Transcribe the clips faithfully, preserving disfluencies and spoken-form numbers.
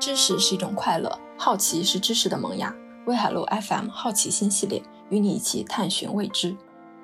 知识是一种快乐，好奇是知识的萌芽。威海路 F M 好奇心系列，与你一起探寻未知。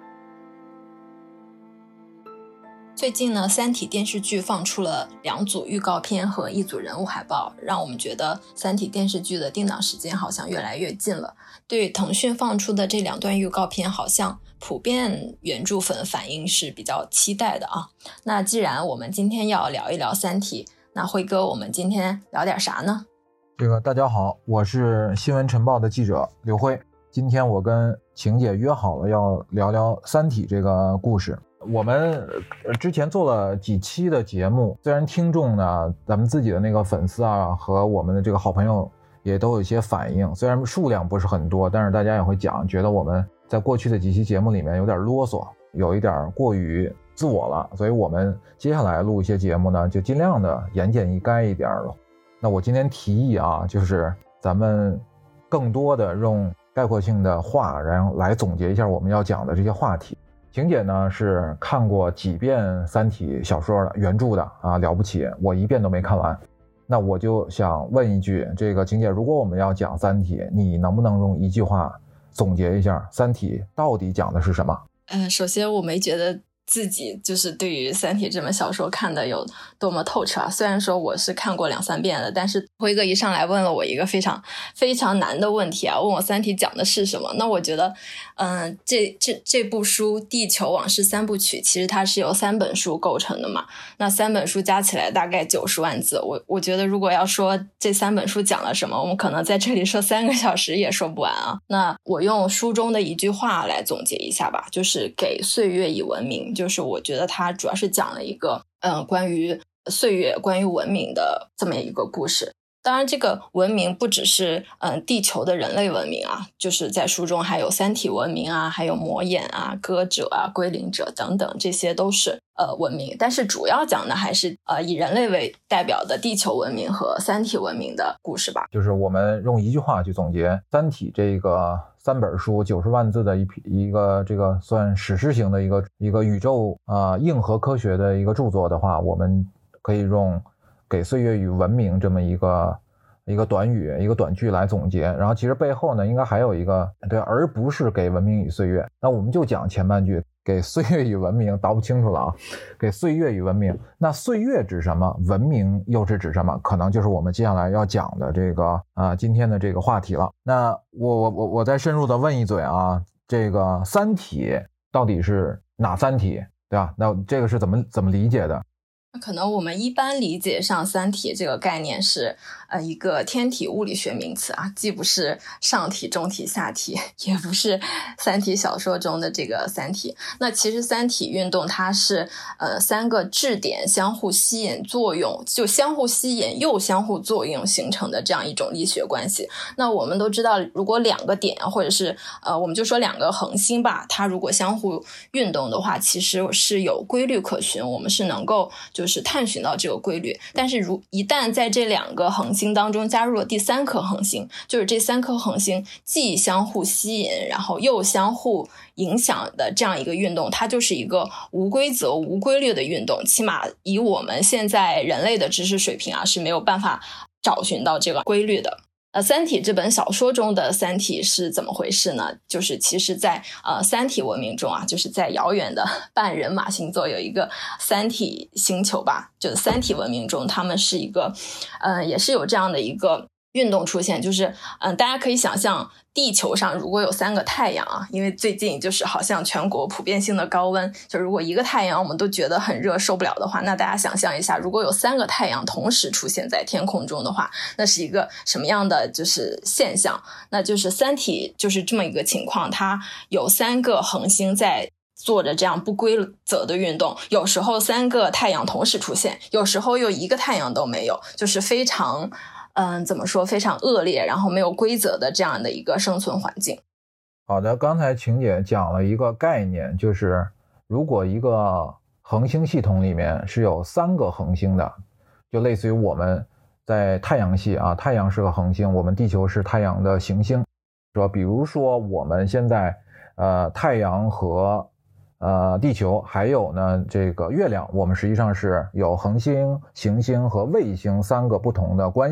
最近呢，三体电视剧放出了两组预告片和一组人物海报，让我们觉得三体电视剧的定档时间好像越来越近了。对腾讯放出的这两段预告片，好像普遍原著粉反应是比较期待的啊。那既然我们今天要聊一聊三体，那辉哥，我们今天聊点啥呢？ 这个大家好，我是新闻晨报的记者刘辉。今天我跟晴姐约好了要聊聊三体这个故事。我们之前做了几期的节目，虽然听众呢，咱们自己的那个粉丝啊和我们的这个好朋友也都有一些反应，虽然数量不是很多，但是大家也会讲，觉得我们在过去的几期节目里面有点啰嗦，有一点过于自我了，所以我们接下来录一些节目呢，就尽量的言简意赅一点了。那我今天提议啊，就是咱们更多的用概括性的话，然后来总结一下我们要讲的这些话题。晴姐呢是看过几遍三体小说的原著的啊，了不起，我一遍都没看完。那我就想问一句，这个晴姐，如果我们要讲三体，你能不能用一句话总结一下三体到底讲的是什么？ 嗯，首先我没觉得自己就是对于三体这本小说看的有多么透彻啊，虽然说我是看过两三遍的，但是辉哥一上来问了我一个非常非常难的问题啊，问我三体讲的是什么。那我觉得嗯，这这这部书《地球往事三部曲》其实它是由三本书构成的嘛，那三本书加起来大概九十万字，我我觉得如果要说这三本书讲了什么，我们可能在这里说三个小时也说不完啊。那我用书中的一句话来总结一下吧，就是给岁月以文明，就是我觉得它主要是讲了一个嗯关于岁月关于文明的这么一个故事。当然这个文明不只是嗯地球的人类文明啊，就是在书中还有三体文明啊，还有魔眼啊、歌者啊、归零者等等，这些都是呃文明，但是主要讲的还是呃以人类为代表的地球文明和三体文明的故事吧。 就是我们用一句话去总结三体这个三本书九十万字的一一个这个算史诗型的一个一个宇宙啊、呃、硬核科学的一个著作的话，我们可以用给岁月与文明这么一个一个短语一个短句来总结。然后其实背后呢应该还有一个对，而不是给文明与岁月。那我们就讲前半句，给岁月与文明，倒不清楚了啊，给岁月与文明。那岁月指什么，文明又是指什么，可能就是我们接下来要讲的这个啊、呃、今天的这个话题了。那我我我我再深入的问一嘴啊，这个三体到底是哪三体，对吧？那这个是怎么怎么理解的？ 可能我们一般理解上三体这个概念是呃一个天体物理学名词啊，既不是上体、中体、下体，也不是三体小说中的这个三体。那其实三体运动它是呃三个质点相互吸引作用，就相互吸引又相互作用形成的这样一种力学关系。那我们都知道，如果两个点或者是呃我们就说两个恒星吧，它如果相互运动的话，其实是有规律可循，我们是能够就是探寻到这个规律。但是如一旦在这两个恒星当中加入了第三颗恒星，就是这三颗恒星既相互吸引然后又相互影响的这样一个运动，它就是一个无规则无规律的运动，起码以我们现在人类的知识水平啊是没有办法找寻到这个规律的。呃，三体这本小说中的三体是怎么回事呢？就是其实在呃三体文明中啊，就是在遥远的半人马星座有一个三体星球吧，就是三体文明中他们是一个呃也是有这样的一个运动出现，就是嗯、呃，大家可以想象地球上如果有三个太阳啊，因为最近就是好像全国普遍性的高温，就如果一个太阳我们都觉得很热受不了的话，那大家想象一下，如果有三个太阳同时出现在天空中的话，那是一个什么样的就是现象？那就是三体就是这么一个情况，它有三个恒星在做着这样不规则的运动，有时候三个太阳同时出现，有时候又一个太阳都没有，就是非常嗯，怎么说，非常恶劣，然后没有规则的这样的一个生存环境。 好的，刚才晴姐讲了一个概念，就是如果一个恒星系统里面是有三个恒星的，就类似于我们在太阳系啊，太阳是个恒星，我们地球是太阳的行星。说比如说我们现在呃太阳和呃地球还有呢这个月亮，我们实际上是有恒星、行星和卫星三个不同的关系。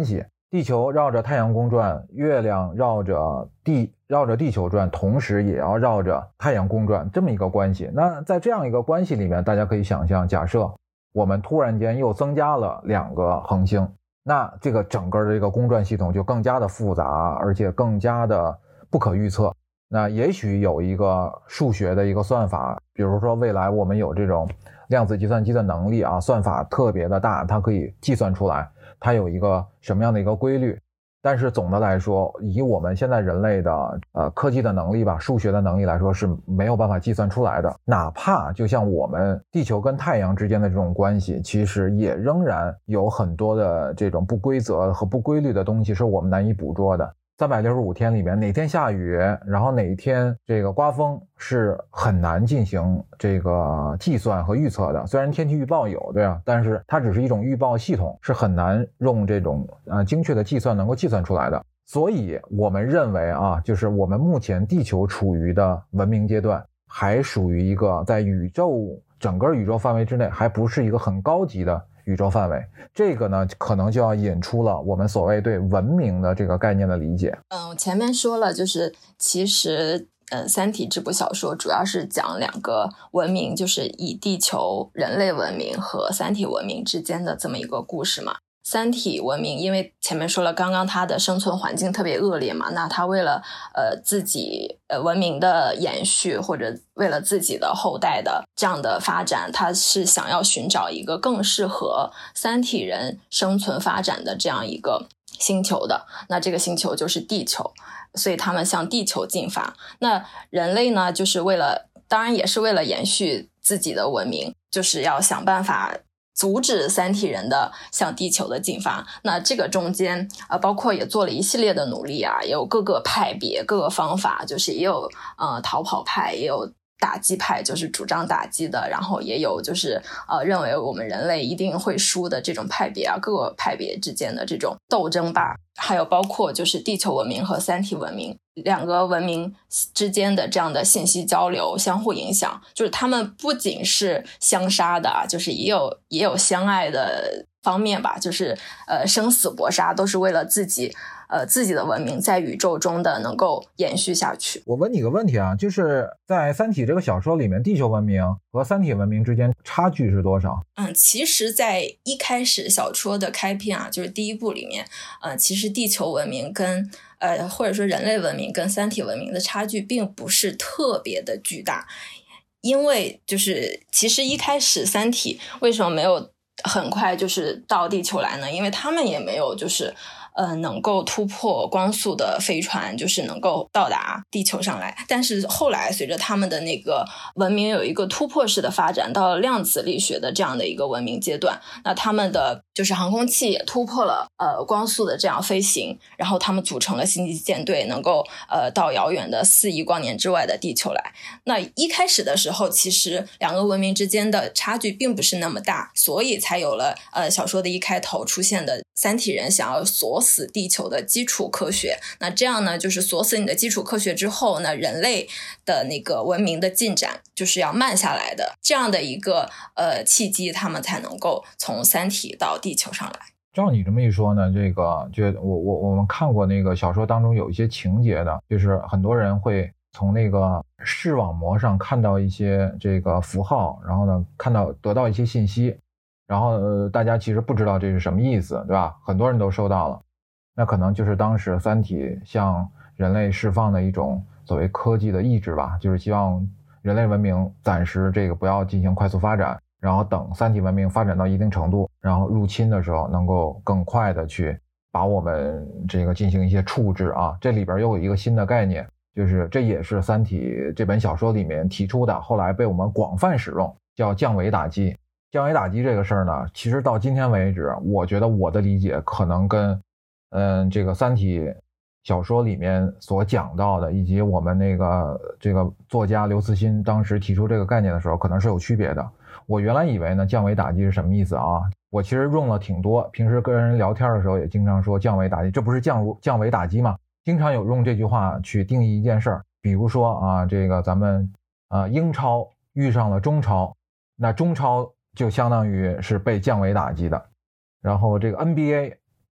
地球绕着太阳公转，月亮绕着地绕着地球转，同时也要绕着太阳公转，这么一个关系。那在这样一个关系里面，大家可以想象，假设我们突然间又增加了两个恒星，那这个整个的这个公转系统就更加的复杂，而且更加的不可预测。那也许有一个数学的一个算法，比如说未来我们有这种量子计算机的能力啊，算法特别的大，它可以计算出来它有一个什么样的一个规律。但是总的来说，以我们现在人类的呃科技的能力吧，数学的能力来说是没有办法计算出来的。哪怕就像我们地球跟太阳之间的这种关系，其实也仍然有很多的这种不规则和不规律的东西是我们难以捕捉的。三百六十五天里面哪天下雨，然后哪一天这个刮风是很难进行这个计算和预测的。虽然天气预报有，对啊，但是它只是一种预报系统，是很难用这种呃精确的计算能够计算出来的。所以我们认为啊，就是我们目前地球处于的文明阶段，还属于一个在宇宙整个宇宙范围之内，还不是一个很高级的宇宙范围。这个呢可能就要引出了我们所谓对文明的这个概念的理解。 嗯，前面说了，就是其实呃，三体这部小说主要是讲两个文明，就是以地球人类文明和三体文明之间的这么一个故事嘛。三体文明因为前面说了，刚刚它的生存环境特别恶劣嘛，那它为了呃自己呃文明的延续，或者为了自己的后代的这样的发展，它是想要寻找一个更适合三体人生存发展的这样一个星球的。那这个星球就是地球，所以他们向地球进发。那人类呢，就是为了当然也是为了延续自己的文明，就是要想办法阻止三体人的向地球的进发。那这个中间呃，包括也做了一系列的努力啊，也有各个派别各个方法，就是也有呃逃跑派，也有打击派，就是主张打击的，然后也有就是呃认为我们人类一定会输的这种派别啊，各个派别之间的这种斗争吧。还有包括就是地球文明和三体文明两个文明之间的这样的信息交流相互影响，就是他们不仅是相杀的啊，就是也有也有相爱的方面吧，就是呃生死搏杀，都是为了自己呃自己的文明在宇宙中的能够延续下去。 我问你个问题啊，就是在三体这个小说里面，地球文明和三体文明之间差距是多少？ 嗯，其实在一开始小说的开篇啊，就是第一部里面呃，其实地球文明跟呃或者说人类文明跟三体文明的差距并不是特别的巨大。因为就是其实一开始三体为什么没有很快就是到地球来呢？因为他们也没有就是呃，能够突破光速的飞船，就是能够到达地球上来。但是后来随着他们的那个文明有一个突破式的发展，到了量子力学的这样的一个文明阶段，那他们的就是航空器也突破了呃光速的这样飞行，然后他们组成了星际舰队，能够呃到遥远的四亿光年之外的地球来。那一开始的时候，其实两个文明之间的差距并不是那么大，所以才有了呃小说的一开头出现的三体人想要锁死地球的基础科学。那这样呢，就是锁死你的基础科学之后呢，人类的那个文明的进展就是要慢下来的，这样的一个呃契机，他们才能够从三体到地球上来。 照你这么一说呢，这个就我我我们看过那个小说当中有一些情节的，就是很多人会从那个视网膜上看到一些这个符号，然后呢看到得到一些信息，然后、呃、大家其实不知道这是什么意思，对吧？很多人都收到了，那可能就是当时三体向人类释放的一种所谓科技的意志吧，就是希望人类文明暂时这个不要进行快速发展，然后等三体文明发展到一定程度，然后入侵的时候能够更快的去把我们这个进行一些处置啊。这里边又有一个新的概念，就是这也是三体这本小说里面提出的，后来被我们广泛使用，叫降维打击。降维打击这个事儿呢，其实到今天为止，我觉得我的理解可能跟嗯这个三体小说里面所讲到的，以及我们那个这个作家刘慈欣当时提出这个概念的时候可能是有区别的。我原来以为呢降维打击是什么意思啊，我其实用了挺多，平时跟人聊天的时候也经常说降维打击，这不是降降维打击吗？经常有用这句话去定义一件事儿，比如说啊这个咱们啊英超遇上了中超，那中超就相当于是被降维打击的，然后这个 N B A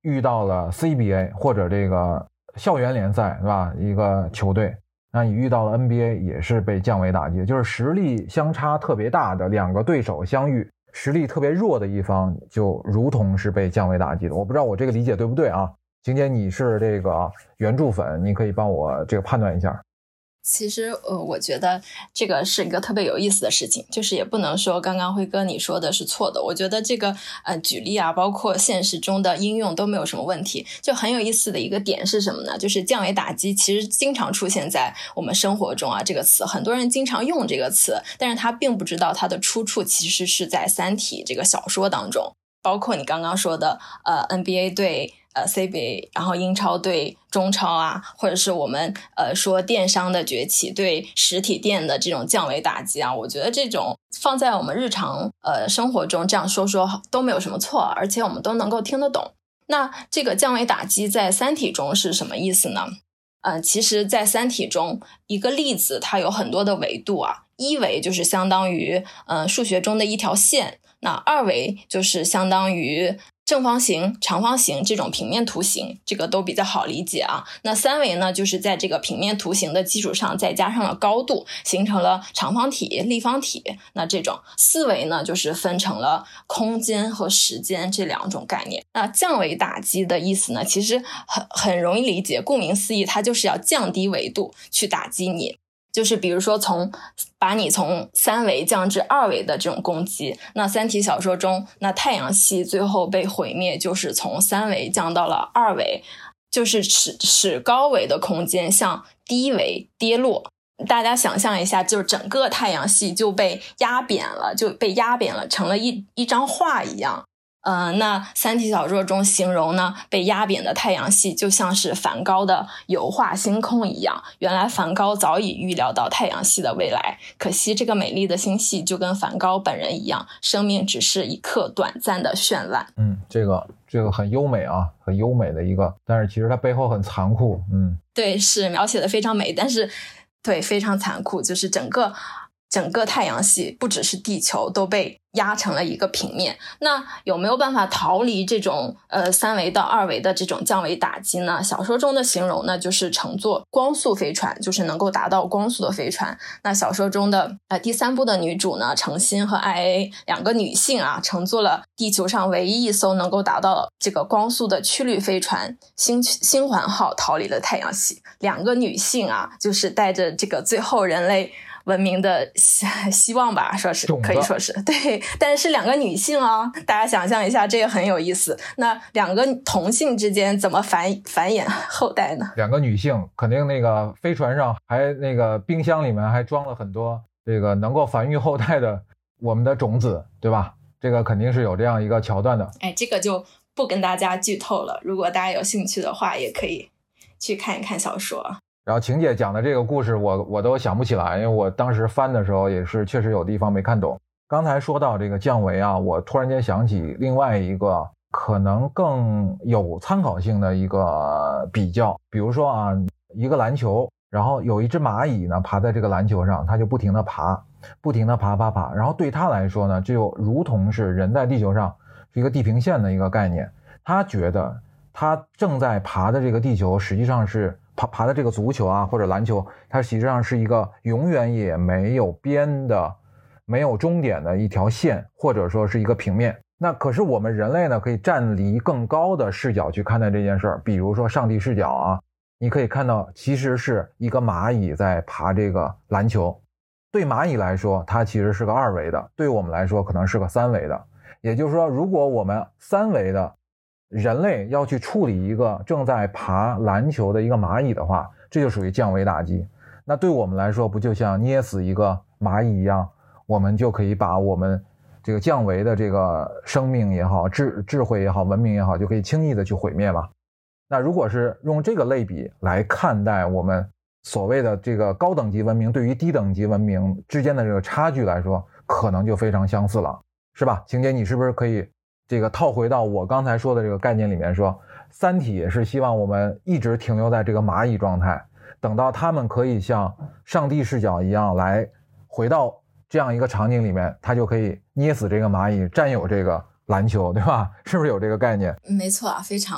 遇到了 C B A 或者这个校园联赛，对吧？一个球队，那你遇到了 N B A 也是被降维打击，就是实力相差特别大的两个对手相遇，实力特别弱的一方就如同是被降维打击的。我不知道我这个理解对不对啊？晴姐，你是这个原著粉，你可以帮我这个判断一下。 其实呃，我觉得这个是一个特别有意思的事情，就是也不能说刚刚辉哥你说的是错的。我觉得这个呃举例啊，包括现实中的应用都没有什么问题。就很有意思的一个点是什么呢？就是降维打击其实经常出现在我们生活中啊，这个词很多人经常用这个词，但是他并不知道它的出处其实是在《三体》这个小说当中。包括你刚刚说的呃 N B A 对呃 C B A， 然后英超对中超啊，或者是我们呃说电商的崛起对实体店的这种降维打击啊，我觉得这种放在我们日常呃生活中这样说说都没有什么错，而且我们都能够听得懂。那这个降维打击在三体中是什么意思呢？呃，其实在三体中一个粒子它有很多的维度啊，一维就是相当于呃数学中的一条线，那二维就是相当于正方形、长方形这种平面图形，这个都比较好理解啊。那三维呢，就是在这个平面图形的基础上再加上了高度，形成了长方体、立方体。那这种四维呢，就是分成了空间和时间这两种概念。那降维打击的意思呢，其实很很容易理解，顾名思义，它就是要降低维度去打击你。就是比如说从把你从三维降至二维的这种攻击，那三体小说中那太阳系最后被毁灭就是从三维降到了二维，就是使使高维的空间向低维跌落。大家想象一下，就是整个太阳系就被压扁了，就被压扁了，成了一一张画一样。呃，那三体小说中形容呢，被压扁的太阳系就像是梵高的油画星空一样。原来梵高早已预料到太阳系的未来，可惜这个美丽的星系就跟梵高本人一样，生命只是一刻短暂的绚烂。 嗯，这个这个很优美啊，很优美的一个，但是其实它背后很残酷。嗯， 对，是描写的非常美，但是对非常残酷，就是整个整个太阳系不只是地球都被压成了一个平面。那有没有办法逃离这种呃三维到二维的这种降维打击呢？小说中的形容呢，就是乘坐光速飞船，就是能够达到光速的飞船。那小说中的呃第三部的女主呢，程心和 I A 两个女性啊，乘坐了地球上唯一一艘能够达到这个光速的曲率飞船星星环号，逃离了太阳系。两个女性啊，就是带着这个最后人类文明的希望吧，说是可以说是对，但是两个女性啊，大家想象一下，这个很有意思。那两个同性之间怎么繁繁衍后代呢？ 两个女性肯定那个飞船上还那个冰箱里面还装了很多这个能够繁育后代的我们的种子，对吧？这个肯定是有这样一个桥段的。 哎，这个就不跟大家剧透了，如果大家有兴趣的话，也可以去看一看小说。 然后晴姐讲的这个故事我我都想不起来，因为我当时翻的时候也是确实有地方没看懂。刚才说到这个降维啊，我突然间想起另外一个可能更有参考性的一个比较。比如说啊，一个篮球，然后有一只蚂蚁呢爬在这个篮球上，它就不停地爬不停地爬爬爬，然后对它来说呢，就如同是人在地球上是一个地平线的一个概念。它觉得它正在爬的这个地球实际上是爬爬的这个足球啊或者篮球，它实际上是一个永远也没有边的没有终点的一条线，或者说是一个平面。那可是我们人类呢，可以站离更高的视角去看待这件事儿，比如说上帝视角啊，你可以看到其实是一个蚂蚁在爬这个篮球。对蚂蚁来说它其实是个二维的，对我们来说可能是个三维的。也就是说，如果我们三维的人类要去处理一个正在爬篮球的一个蚂蚁的话，这就属于降维打击。那对我们来说不就像捏死一个蚂蚁一样，我们就可以把我们这个降维的这个生命也好，智智慧也好，文明也好，就可以轻易的去毁灭了。那如果是用这个类比来看待我们所谓的这个高等级文明对于低等级文明之间的这个差距来说，可能就非常相似了，是吧？晴姐，你是不是可以这个套回到我刚才说的这个概念里面，说三体也是希望我们一直停留在这个蚂蚁状态，等到他们可以像上帝视角一样来回到这样一个场景里面，他就可以捏死这个蚂蚁，占有这个篮球，对吧？是不是有这个概念？ 没错啊，非常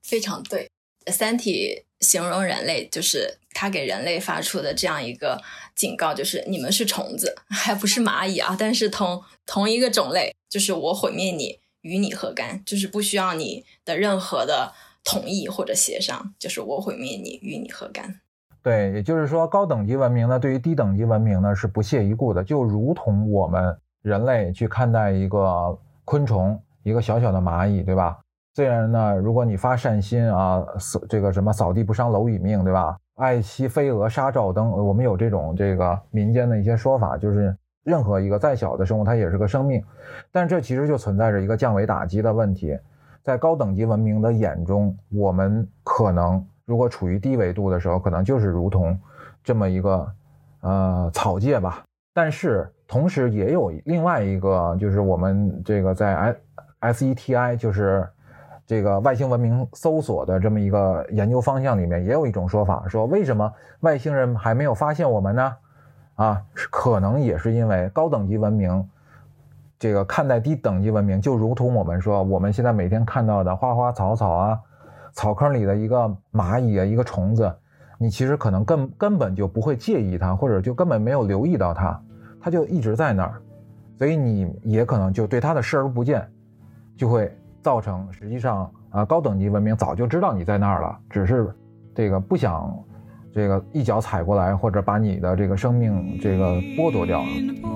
非常对。三体形容人类，就是他给人类发出的这样一个警告，就是你们是虫子，还不是蚂蚁啊，但是同同一个种类，就是我毁灭你，与你何干，就是不需要你的任何的同意或者协商，就是我毁灭你，与你何干。 对，也就是说高等级文明呢对于低等级文明呢是不屑一顾的，就如同我们人类去看待一个昆虫，一个小小的蚂蚁，对吧？虽然呢如果你发善心啊，这个什么扫地不伤蝼蚁命，对吧？爱惜飞蛾杀照灯，我们有这种这个民间的一些说法，就是任何一个再小的生物它也是个生命，但这其实就存在着一个降维打击的问题。在高等级文明的眼中，我们可能如果处于低维度的时候，可能就是如同这么一个呃草芥吧。但是同时也有另外一个，就是我们这个在 S E T I 就是这个外星文明搜索的这么一个研究方向里面，也有一种说法，说为什么外星人还没有发现我们呢？啊，可能也是因为高等级文明这个看待低等级文明，就如同我们说我们现在每天看到的花花草草啊，草坑里的一个蚂蚁啊，一个虫子，你其实可能根根本就不会介意它，或者就根本没有留意到它，它就一直在那儿，所以你也可能就对它的视而不见，就会造成实际上啊、呃、高等级文明早就知道你在那儿了，只是这个不想这个一脚踩过来，或者把你的这个生命这个剥夺掉了。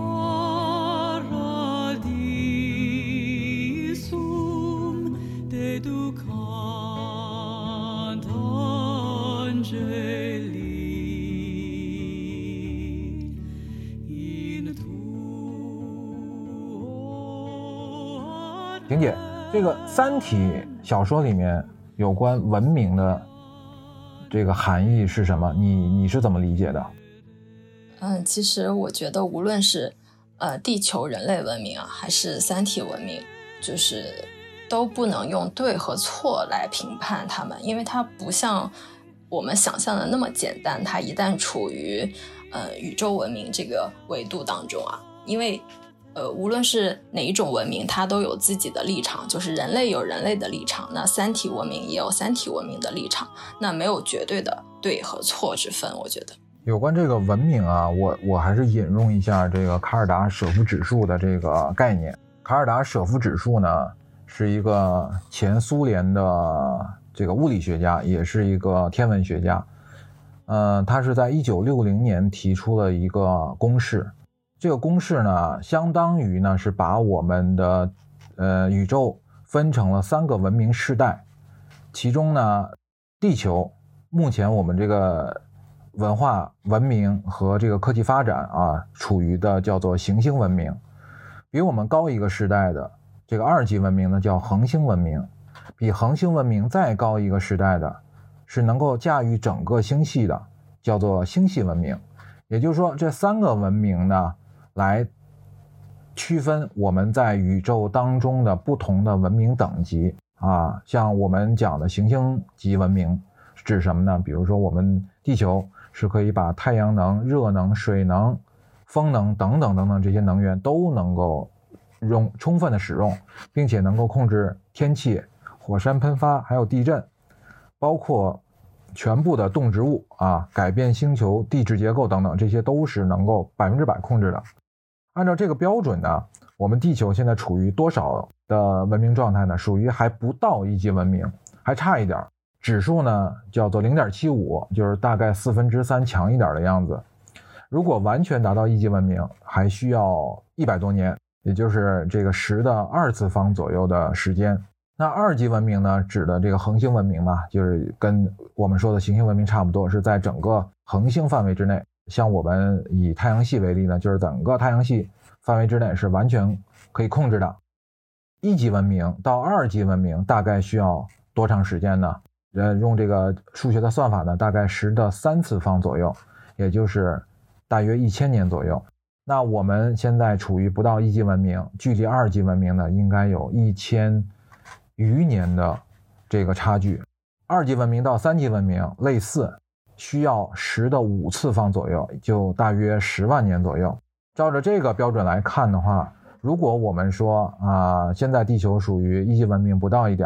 婷姐，这个三体小说里面有关文明的这个含义是什么？你你是怎么理解的？ 嗯，其实我觉得无论是呃地球人类文明啊，还是三体文明，就是都不能用对和错来评判他们，因为它不像我们想象的那么简单。它一旦处于呃宇宙文明这个维度当中啊，因为呃，无论是哪一种文明，它都有自己的立场，就是人类有人类的立场，那三体文明也有三体文明的立场，那没有绝对的对和错之分。我觉得有关这个文明啊，我我还是引用一下这个卡尔达舍夫指数的这个概念。卡尔达舍夫指数呢，是一个前苏联的这个物理学家，也是一个天文学家。呃，他是在一九六零年提出了一个公式。这个公式呢，相当于呢是把我们的呃宇宙分成了三个文明世代，其中呢，地球目前我们这个文化文明和这个科技发展啊，处于的叫做行星文明。比我们高一个时代的这个二级文明呢叫恒星文明，比恒星文明再高一个时代的是能够驾驭整个星系的，叫做星系文明。也就是说，这三个文明呢，来区分我们在宇宙当中的不同的文明等级啊。像我们讲的行星级文明指什么呢？比如说我们地球是可以把太阳能、热能、水能、风能等等等等这些能源都能够用充分的使用，并且能够控制天气、火山喷发还有地震，包括全部的动植物啊，改变星球地质结构等等，这些都是能够百分之百控制的。按照这个标准呢，我们地球现在处于多少的文明状态呢？属于还不到一级文明，还差一点。指数呢叫做 零点七五， 就是大概四分之三强一点的样子。如果完全达到一级文明，还需要一百多年，也就是这个十的二次方左右的时间。那二级文明呢，指的这个恒星文明嘛，就是跟我们说的行星文明差不多，是在整个恒星范围之内。像我们以太阳系为例呢，就是整个太阳系范围之内是完全可以控制的。一级文明到二级文明大概需要多长时间呢？呃，用这个数学的算法呢，大概十的三次方左右，也就是大约一千年左右。那我们现在处于不到一级文明，距离二级文明呢，应该有一千余年的这个差距。二级文明到三级文明类似，需要十的五次方左右，就大约十万年左右。照着这个标准来看的话，如果我们说啊、呃，现在地球属于一级文明不到一点，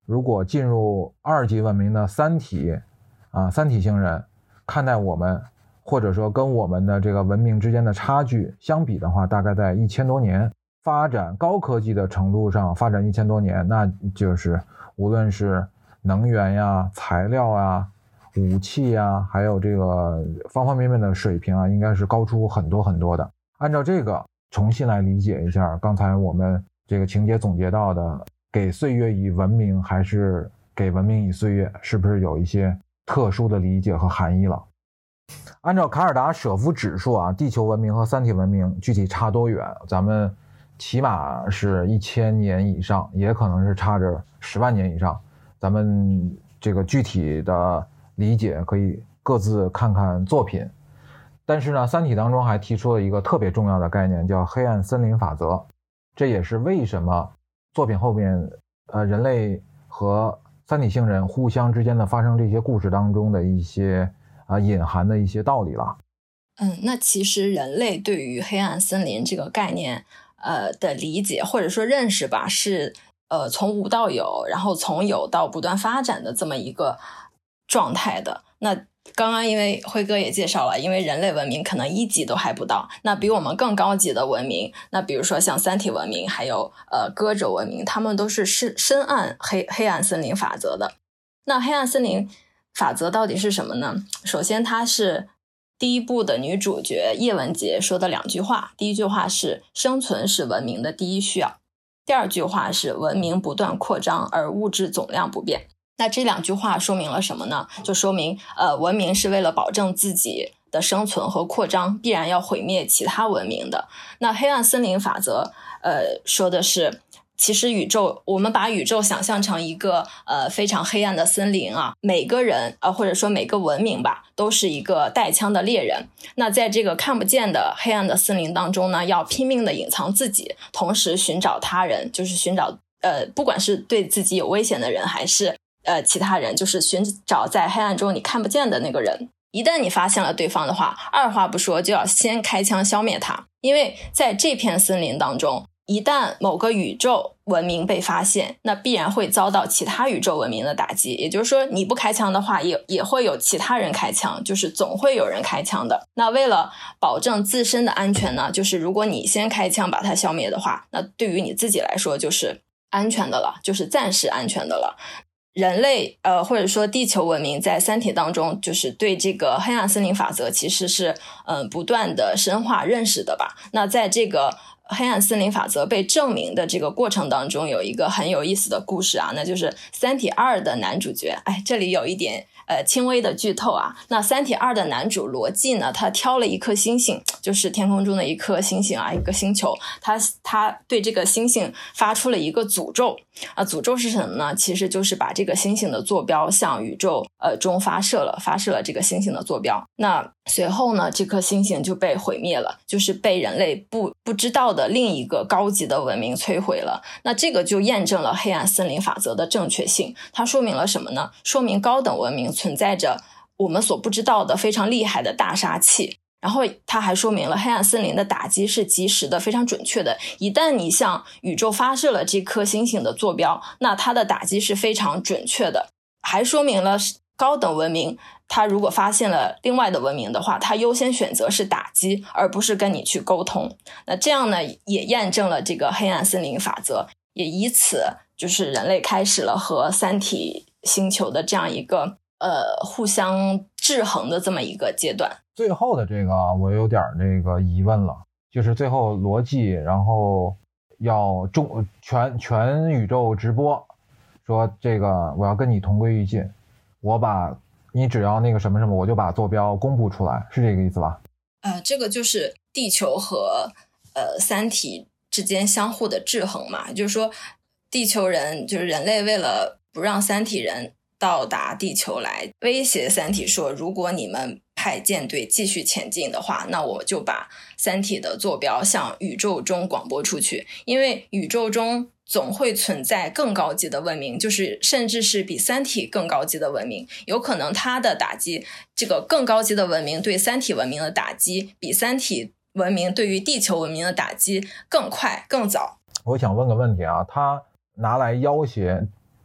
如果进入二级文明的三体啊，三体星人看待我们，或者说跟我们的这个文明之间的差距相比的话，大概在一千多年，发展高科技的程度上发展一千多年，那就是无论是能源呀、材料呀、武器呀，还有这个方方面面的水平啊，应该是高出很多很多的。按照这个重新来理解一下刚才我们这个情节总结到的，给岁月以文明还是给文明以岁月，是不是有一些特殊的理解和含义了？按照卡尔达舍夫指数啊，地球文明和三体文明具体差多远？咱们起码是一千年以上，也可能是差着十万年以上。咱们这个具体的理解可以各自看看作品。但是呢，三体当中还提出了一个特别重要的概念，叫黑暗森林法则。这也是为什么作品后面呃人类和三体星人互相之间的发生这些故事当中的一些啊隐含的一些道理了。 嗯，那其实人类对于黑暗森林这个概念呃的理解或者说认识吧，是呃从无到有，然后从有到不断发展的这么一个状态的。那刚刚因为辉哥也介绍了，因为人类文明可能一级都还不到，那比我们更高级的文明，那比如说像三体文明还有呃歌者文明，他们都是深深谙黑黑暗森林法则的。那黑暗森林法则到底是什么呢？首先它是第一部的女主角叶文洁说的两句话，第一句话是生存是文明的第一需要，第二句话是文明不断扩张而物质总量不变。那这两句话说明了什么呢？就说明呃，文明是为了保证自己的生存和扩张，必然要毁灭其他文明的。那黑暗森林法则呃，说的是其实宇宙，我们把宇宙想象成一个呃非常黑暗的森林啊，每个人啊、呃、或者说每个文明吧，都是一个带枪的猎人。那在这个看不见的黑暗的森林当中呢，要拼命的隐藏自己，同时寻找他人，就是寻找呃不管是对自己有危险的人，还是呃其他人，就是寻找在黑暗中你看不见的那个人。一旦你发现了对方的话，二话不说就要先开枪消灭他，因为在这片森林当中，一旦某个宇宙文明被发现，那必然会遭到其他宇宙文明的打击。也就是说，你不开枪的话，也也会有其他人开枪，就是总会有人开枪的。那为了保证自身的安全呢，就是如果你先开枪把它消灭的话，那对于你自己来说就是安全的了，就是暂时安全的了。人类呃，或者说地球文明在三体当中，就是对这个黑暗森林法则其实是嗯、呃、不断的深化认识的吧。那在这个黑暗森林法则被证明的这个过程当中，有一个很有意思的故事啊，那就是三体二的男主角，哎，这里有一点呃轻微的剧透啊。那三体二的男主罗辑呢，他挑了一颗星星，就是天空中的一颗星星啊，一个星球，他他对这个星星发出了一个诅咒啊，诅咒是什么呢？其实就是把这个星星的坐标向宇宙呃中发射了，发射了这个星星的坐标。那随后呢，这颗星星就被毁灭了，就是被人类不不知道的另一个高级的文明摧毁了。那这个就验证了黑暗森林法则的正确性。它说明了什么呢？说明高等文明存在着我们所不知道的非常厉害的大杀器。然后它还说明了黑暗森林的打击是及时的，非常准确的。一旦你向宇宙发射了这颗星星的坐标，那它的打击是非常准确的。还说明了高等文明它如果发现了另外的文明的话，它优先选择是打击，而不是跟你去沟通。那这样呢，也验证了这个黑暗森林法则，也以此就是人类开始了和三体星球的这样一个呃互相制衡的这么一个阶段。 最后的这个我有点这个疑问了，就是最后逻辑，然后要中全全宇宙直播，说这个我要跟你同归于尽，我把你只要那个什么什么，我就把坐标公布出来，是这个意思吧？ 呃，这个就是地球和呃三体之间相互的制衡嘛，就是说地球人就是人类为了不让三体人到达地球来威胁三体说，如果你们派舰队继续前进的话，那我就把三体的坐标向宇宙中广播出去，因为宇宙中总会存在更高级的文明，就是甚至是比三体更高级的文明，有可能它的打击，这个更高级的文明对三体文明的打击比三体文明对于地球文明的打击更快更早。 我想问个问题啊，他拿来要挟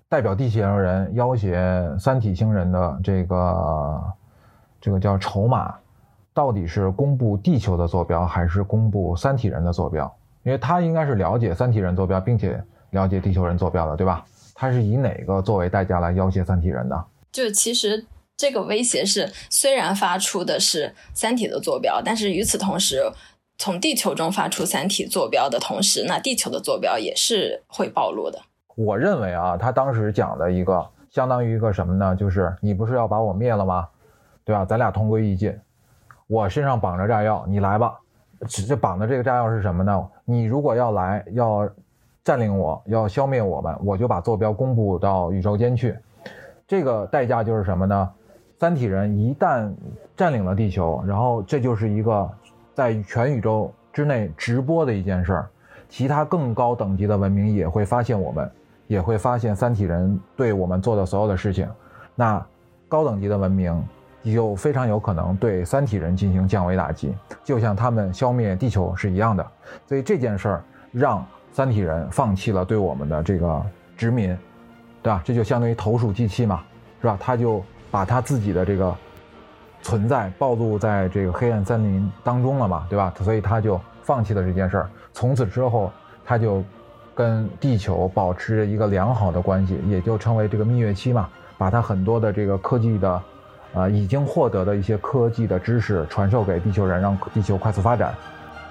代表地球人要挟三体星人的这个这个叫筹码，到底是公布地球的坐标还是公布三体人的坐标？因为他应该是了解三体人坐标并且了解地球人坐标的，对吧？他是以哪个作为代价来要挟三体人的？ 就其实这个威胁是虽然发出的是三体的坐标，但是与此同时从地球中发出三体坐标的同时，那地球的坐标也是会暴露的。 我认为啊，他当时讲的一个相当于一个什么呢，就是你不是要把我灭了吗？对吧？咱俩同归于尽，我身上绑着炸药，你来吧。这绑的这个炸药是什么呢？你如果要来要占领我，要消灭我们，我就把坐标公布到宇宙间去。这个代价就是什么呢？三体人一旦占领了地球，然后这就是一个在全宇宙之内直播的一件事儿，其他更高等级的文明也会发现我们，也会发现三体人对我们做的所有的事情。那高等级的文明就非常有可能对三体人进行降维打击，就像他们消灭地球是一样的。所以这件事儿让三体人放弃了对我们的这个殖民，对吧？这就相当于投鼠忌器嘛，是吧？他就把他自己的这个存在暴露在这个黑暗森林当中了嘛，对吧？所以他就放弃了这件事儿。从此之后，他就跟地球保持着一个良好的关系，也就称为这个蜜月期嘛，把他很多的这个科技的呃，已经获得的一些科技的知识传授给地球人，让地球快速发展。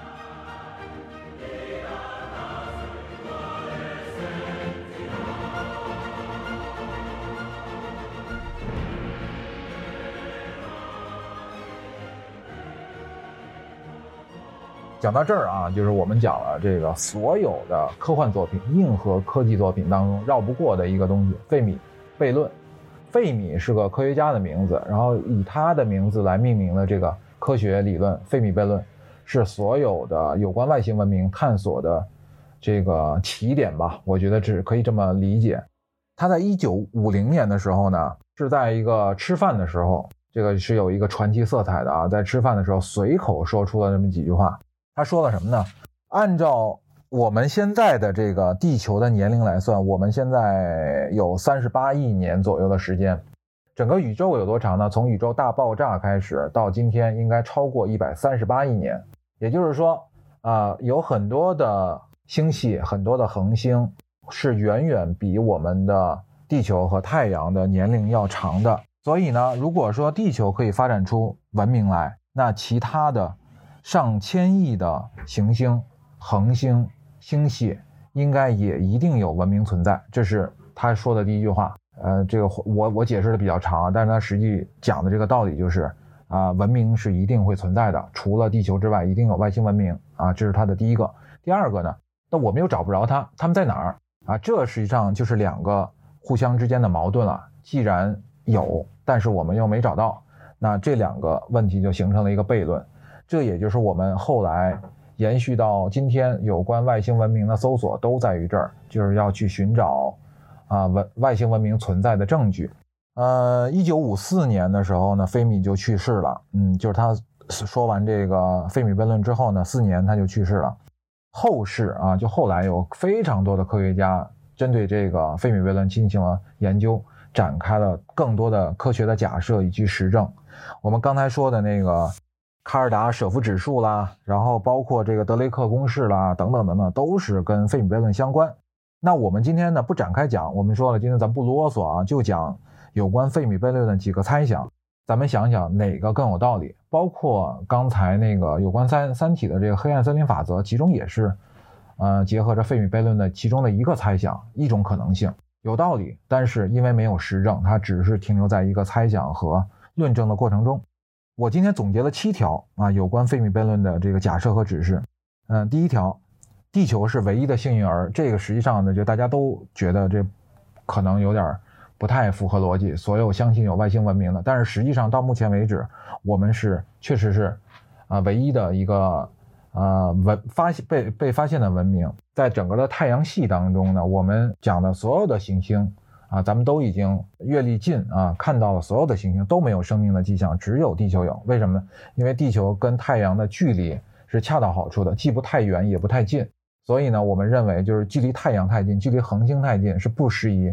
讲到这儿啊，就是我们讲了这个所有的科幻作品、硬核科技作品当中绕不过的一个东西——费米悖论。费米是个科学家的名字，然后以他的名字来命名的这个科学理论费米悖论，是所有的有关外星文明探索的这个起点吧，我觉得只可以这么理解。他在一九五零年的时候呢，是在一个吃饭的时候，这个是有一个传奇色彩的啊，在吃饭的时候随口说出了这么几句话。他说了什么呢？按照我们现在的这个地球的年龄来算，我们现在有三十八亿年左右的时间。整个宇宙有多长呢？从宇宙大爆炸开始到今天应该超过一百三十八亿年。也就是说啊、呃，有很多的星系，很多的恒星是远远比我们的地球和太阳的年龄要长的。所以呢，如果说地球可以发展出文明来，那其他的上千亿的行星、恒星、星系应该也一定有文明存在，这是他说的第一句话。呃，这个我我解释的比较长，但是他实际讲的这个道理就是啊、呃，文明是一定会存在的，除了地球之外，一定有外星文明啊，这是他的第一个。第二个呢，那我们又找不着他，他们在哪儿啊？这实际上就是两个互相之间的矛盾了。既然有，但是我们又没找到，那这两个问题就形成了一个悖论。这也就是我们后来延续到今天有关外星文明的搜索都在于这儿，就是要去寻找啊文外星文明存在的证据。呃，一九五四年的时候呢，费米就去世了。嗯，就是他说完这个费米悖论之后呢，四年他就去世了。后世啊，就后来有非常多的科学家针对这个费米悖论进行了研究，展开了更多的科学的假设以及实证。我们刚才说的那个卡尔达舍夫指数啦，然后包括这个德雷克公式啦，等等等等，都是跟费米悖论相关。那我们今天呢不展开讲，我们说了今天咱不啰嗦啊，就讲有关费米悖论的几个猜想，咱们想想哪个更有道理。包括刚才那个有关三三体的这个黑暗森林法则，其中也是呃结合着费米悖论的其中的一个猜想，一种可能性有道理，但是因为没有实证，它只是停留在一个猜想和论证的过程中。我今天总结了七条啊，有关费米悖论的这个假设和指示。嗯，第一条，地球是唯一的幸运儿，这个实际上呢，就大家都觉得这可能有点不太符合逻辑，所有相信有外星文明的，但是实际上到目前为止，我们是确实是啊、呃、唯一的一个呃文发现被被发现的文明。在整个的太阳系当中呢，我们讲的所有的行星啊，咱们都已经阅历尽啊，看到了所有的行星都没有生命的迹象，只有地球有。为什么？因为地球跟太阳的距离是恰到好处的，既不太远也不太近。所以呢，我们认为就是距离太阳太近，距离恒星太近是不适宜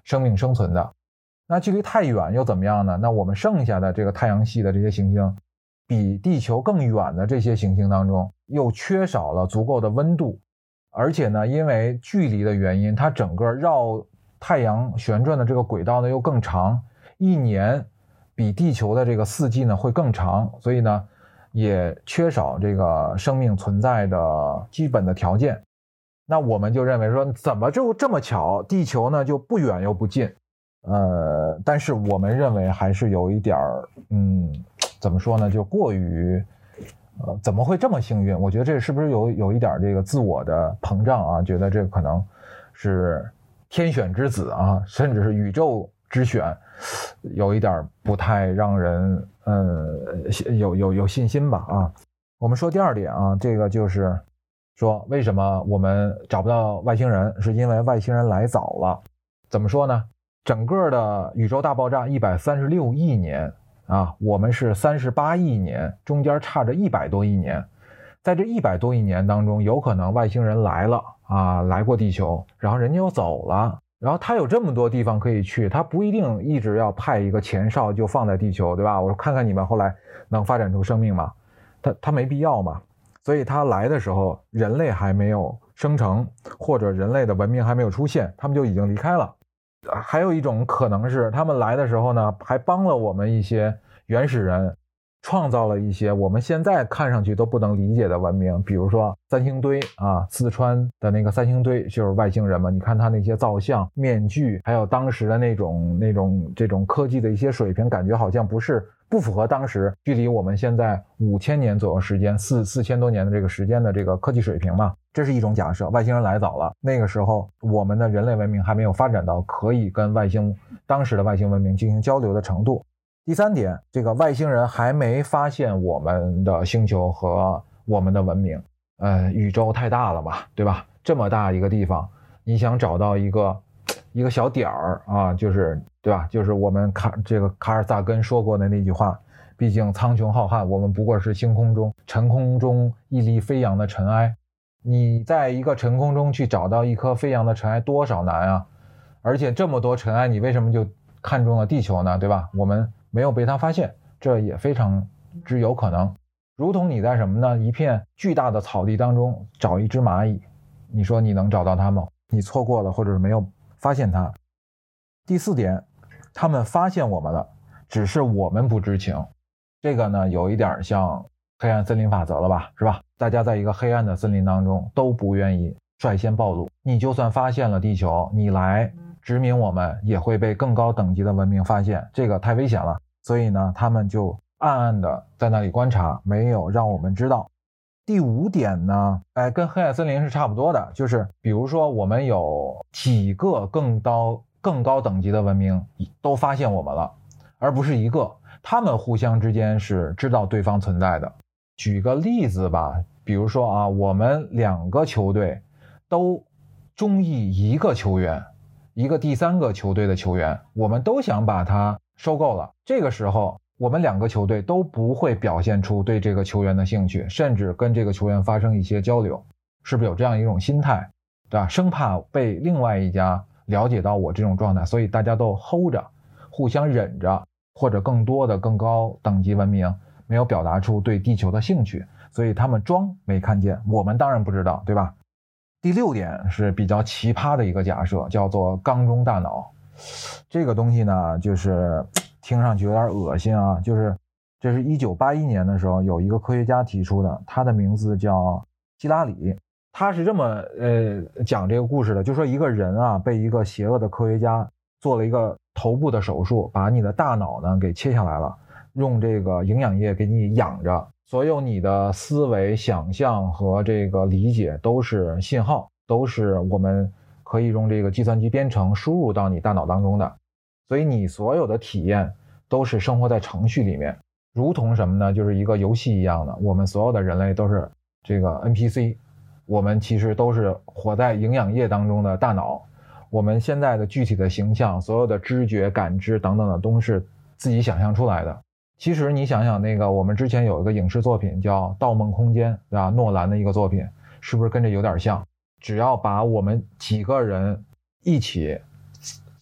生命生存的。那距离太远又怎么样呢？那我们剩下的这个太阳系的这些行星，比地球更远的这些行星当中，又缺少了足够的温度，而且呢，因为距离的原因，它整个绕太阳旋转的这个轨道呢又更长，一年比地球的这个四季呢会更长，所以呢，也缺少这个生命存在的基本的条件。那我们就认为说，怎么就这么巧，地球呢就不远又不近？呃，但是我们认为还是有一点儿，嗯，怎么说呢，就过于，呃，怎么会这么幸运？我觉得这是不是有有一点这个自我的膨胀啊？觉得这可能是天选之子啊，甚至是宇宙之选，有一点不太让人，呃，有有有信心吧啊。我们说第二点啊，这个就是说为什么我们找不到外星人，是因为外星人来早了。怎么说呢？整个的宇宙大爆炸一百三十六亿年啊，我们是三十八亿年，中间差着一百多亿年。在这一百多亿年当中，有可能外星人来了啊，来过地球，然后人家又走了，然后他有这么多地方可以去，他不一定一直要派一个前哨就放在地球，对吧？我看看你们后来能发展出生命吗？他他没必要嘛。所以他来的时候，人类还没有生成，或者人类的文明还没有出现，他们就已经离开了。还有一种可能是他们来的时候呢，还帮了我们一些原始人，创造了一些我们现在看上去都不能理解的文明，比如说三星堆啊，四川的那个三星堆就是外星人嘛。你看他那些造像、面具，还有当时的那种那种这种科技的一些水平，感觉好像不是不符合当时距离我们现在五千年左右时间，四四千多年的这个时间的这个科技水平嘛。这是一种假设，外星人来早了，那个时候我们的人类文明还没有发展到可以跟外星当时的外星文明进行交流的程度。第三点，这个外星人还没发现我们的星球和我们的文明。呃，宇宙太大了嘛，对吧？这么大一个地方，你想找到一个一个小点儿啊，就是对吧？就是我们卡这个卡尔萨根说过的那句话，毕竟苍穹浩瀚，我们不过是星空中尘空中一粒飞扬的尘埃。你在一个尘空中去找到一颗飞扬的尘埃多少难啊！而且这么多尘埃，你为什么就看中了地球呢？对吧？我们没有被它发现，这也非常之有可能。如同你在什么呢？一片巨大的草地当中找一只蚂蚁，你说你能找到它吗？你错过了，或者是没有发现它。第四点，他们发现我们了，只是我们不知情。这个呢，有一点像黑暗森林法则了吧，是吧？大家在一个黑暗的森林当中都不愿意率先暴露，你就算发现了地球，你来殖民我们也会被更高等级的文明发现，这个太危险了。所以呢，他们就暗暗的在那里观察，没有让我们知道。第五点呢，哎，跟黑暗森林是差不多的，就是比如说我们有几个更高更高等级的文明都发现我们了，而不是一个，他们互相之间是知道对方存在的。举个例子吧，比如说啊，我们两个球队都中意一个球员，一个第三个球队的球员，我们都想把他收购了。这个时候，我们两个球队都不会表现出对这个球员的兴趣，甚至跟这个球员发生一些交流，是不是有这样一种心态，对吧？生怕被另外一家了解到我这种状态，所以大家都 hold 着，互相忍着，或者更多的更高等级文明没有表达出对地球的兴趣，所以他们装没看见，我们当然不知道，对吧？第六点是比较奇葩的一个假设，叫做缸中大脑。这个东西呢，就是听上去有点恶心啊，就是这是一九八一年的时候有一个科学家提出的，他的名字叫希拉里。他是这么呃讲这个故事的，就说一个人啊被一个邪恶的科学家做了一个头部的手术，把你的大脑呢给切下来了，用这个营养液给你养着，所有你的思维、想象和这个理解都是信号，都是我们可以用这个计算机编程输入到你大脑当中的，所以你所有的体验都是生活在程序里面，如同什么呢？就是一个游戏一样的，我们所有的人类都是这个 N P C， 我们其实都是活在营养液当中的大脑，我们现在的具体的形象，所有的知觉、感知等等的都是自己想象出来的。其实你想想，那个我们之前有一个影视作品叫《盗梦空间》，对吧？诺兰的一个作品，是不是跟这有点像？只要把我们几个人一起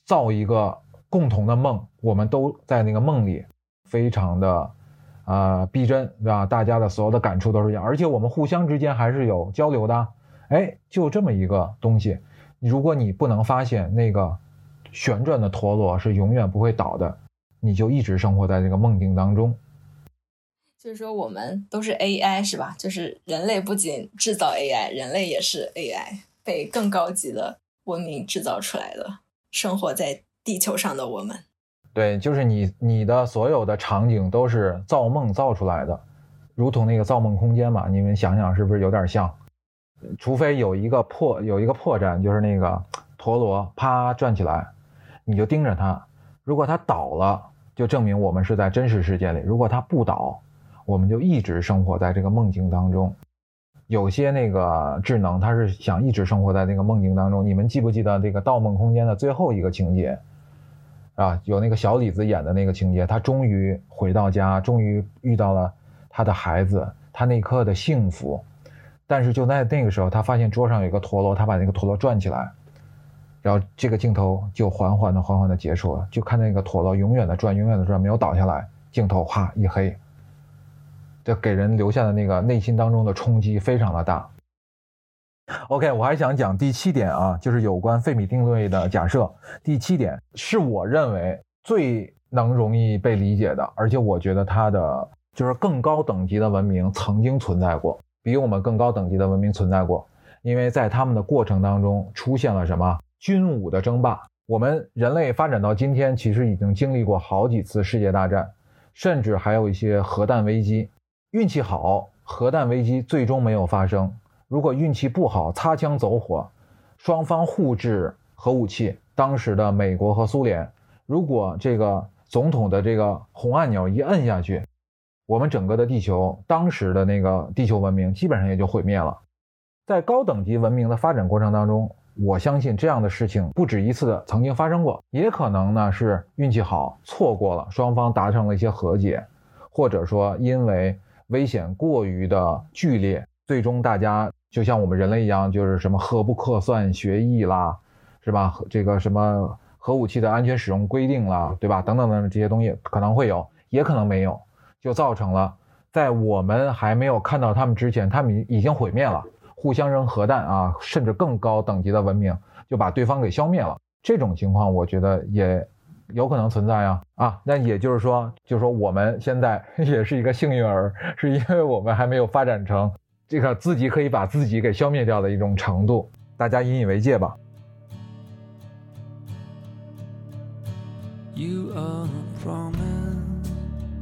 造一个共同的梦，我们都在那个梦里，非常的呃逼真，对吧？大家的所有的感触都是一样，而且我们互相之间还是有交流的。哎，就这么一个东西，如果你不能发现那个旋转的陀螺是永远不会倒的，你就一直生活在这个梦境当中。 就是说我们都是 A I 是吧？就是人类不仅制造 A I， 人类也是 A I， 被更高级的文明制造出来的，生活在地球上的我们。 对，就是你你的所有的场景都是造梦造出来的，如同那个造梦空间嘛，你们想想是不是有点像？除非有一个破有一个破绽，就是那个陀螺啪转起来，你就盯着它，如果它倒了，就证明我们是在真实世界里，如果它不倒，我们就一直生活在这个梦境当中。有些那个智能它是想一直生活在那个梦境当中，你们记不记得这个盗梦空间的最后一个情节啊？有那个小李子演的那个情节，他终于回到家，终于遇到了他的孩子，他那一刻的幸福。但是就在那个时候，他发现桌上有一个陀螺，他把那个陀螺转起来，然后这个镜头就缓缓的缓缓的结束了，就看那个陀螺永远的转永远的转，没有倒下来，镜头哗一黑，这给人留下的那个内心当中的冲击非常的大。 OK， 我还想讲第七点啊，就是有关费米定律的假设。第七点是我认为最能容易被理解的，而且我觉得它的就是更高等级的文明曾经存在过，比我们更高等级的文明存在过，因为在他们的过程当中出现了什么军武的争霸。我们人类发展到今天，其实已经经历过好几次世界大战，甚至还有一些核弹危机。运气好，核弹危机最终没有发生；如果运气不好，擦枪走火，双方互制核武器，当时的美国和苏联，如果这个总统的这个红按钮一摁下去，我们整个的地球，当时的那个地球文明基本上也就毁灭了。在高等级文明的发展过程当中，我相信这样的事情不止一次的曾经发生过，也可能呢是运气好错过了，双方达成了一些和解，或者说因为危险过于的剧烈，最终大家就像我们人类一样，就是什么核不可算协议啦，是吧？这个什么核武器的安全使用规定啦，对吧？等等等这些东西可能会有，也可能没有，就造成了在我们还没有看到他们之前，他们已经毁灭了，互相扔核弹啊，甚至更高等级的文明就把对方给消灭了。这种情况我觉得也有可能存在啊啊，那也就是说，就是说我们现在也是一个幸运儿，是因为我们还没有发展成这个自己可以把自己给消灭掉的一种程度，大家引以为戒吧。You are a promise.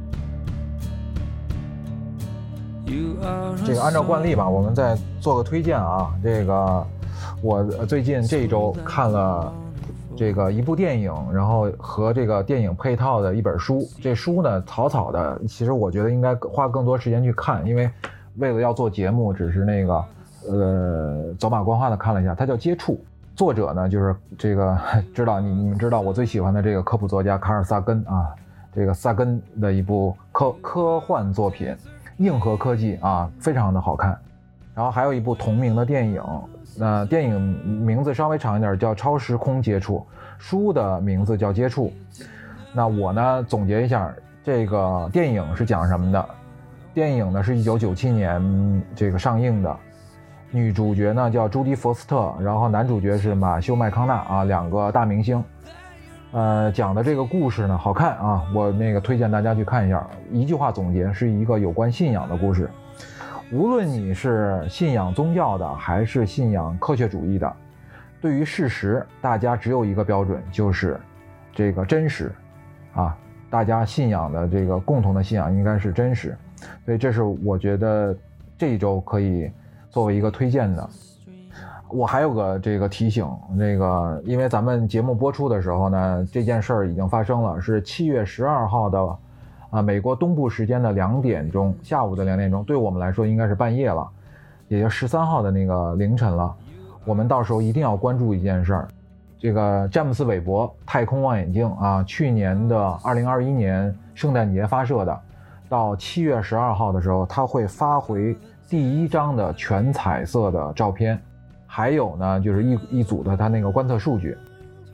You are a 这个按照惯例吧，我们再做个推荐啊。这个我最近这一周看了这个一部电影，然后和这个电影配套的一本书。这书呢草草的，其实我觉得应该花更多时间去看，因为为了要做节目，只是那个呃走马观花的看了一下。它叫《接触》，作者呢就是这个知道你你们知道我最喜欢的这个科普作家卡尔萨根啊，这个萨根的一部科科幻作品，硬核科技啊，非常的好看。然后还有一部同名的电影，那、呃、电影名字稍微长一点，叫《超时空接触》，书的名字叫《接触》。那我呢总结一下，这个电影是讲什么的？电影呢是一九九七年这个上映的，女主角呢叫朱迪·佛斯特，然后男主角是马修·麦康纳啊，两个大明星。呃，讲的这个故事呢好看啊，我那个推荐大家去看一下。一句话总结，是一个有关信仰的故事。无论你是信仰宗教的还是信仰科学主义的，对于事实大家只有一个标准，就是这个真实啊，大家信仰的这个共同的信仰应该是真实。所以这是我觉得这一周可以作为一个推荐的。我还有个这个提醒，这个因为咱们节目播出的时候呢，这件事儿已经发生了，是七月十二号的啊，美国东部时间的两点钟，下午的两点钟，对我们来说应该是半夜了，也就十三号的那个凌晨了。我们到时候一定要关注一件事儿，这个詹姆斯韦伯太空望远镜啊，去年的二零二一年圣诞节发射的，到七月十二号的时候，它会发回第一张的全彩色的照片，还有呢就是一一组的它那个观测数据。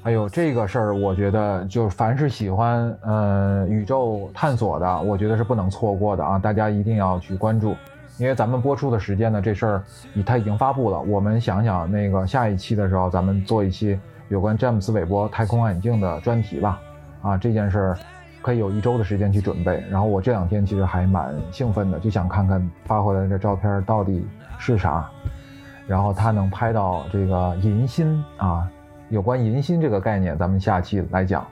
哎呦，这个事儿我觉得就凡是喜欢呃宇宙探索的，我觉得是不能错过的啊，大家一定要去关注。因为咱们播出的时间呢，这事儿它已经发布了，我们想想那个下一期的时候，咱们做一期有关詹姆斯韦伯太空望远镜的专题吧。啊，这件事儿可以有一周的时间去准备。然后我这两天其实还蛮兴奋的，就想看看发回来的照片到底是啥。然后他能拍到这个银心啊，有关银心这个概念，咱们下期来讲。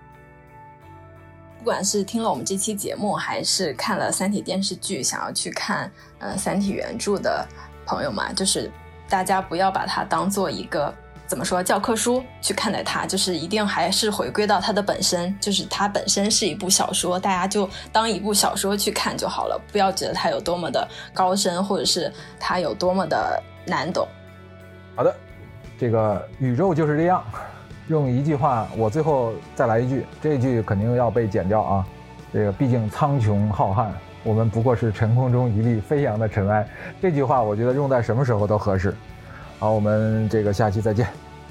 不管是听了我们这期节目，还是看了三体电视剧，想要去看呃三体原著的朋友们，就是大家不要把它当做一个怎么说教科书去看待它，就是一定还是回归到它的本身，就是它本身是一部小说，大家就当一部小说去看就好了，不要觉得它有多么的高深，或者是它有多么的难懂。 好的，这个宇宙就是这样，用一句话，我最后再来一句，这句肯定要被剪掉啊。这个毕竟苍穹浩瀚，我们不过是晨空中一粒飞扬的尘埃。这句话我觉得用在什么时候都合适。好，我们这个下期再见。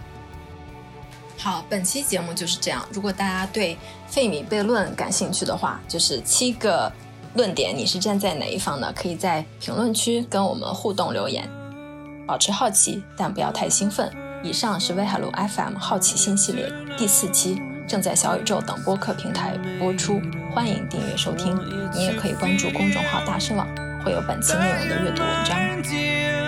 好，本期节目就是这样。如果大家对费米悖论感兴趣的话，就是七个论点，你是站在哪一方呢？可以在评论区跟我们互动留言。保持好奇，但不要太兴奋。以上是威海路 F M 好奇心系列第四期，正在小宇宙等播客平台播出，欢迎订阅收听。你也可以关注公众号大师网，会有本期内容的阅读文章。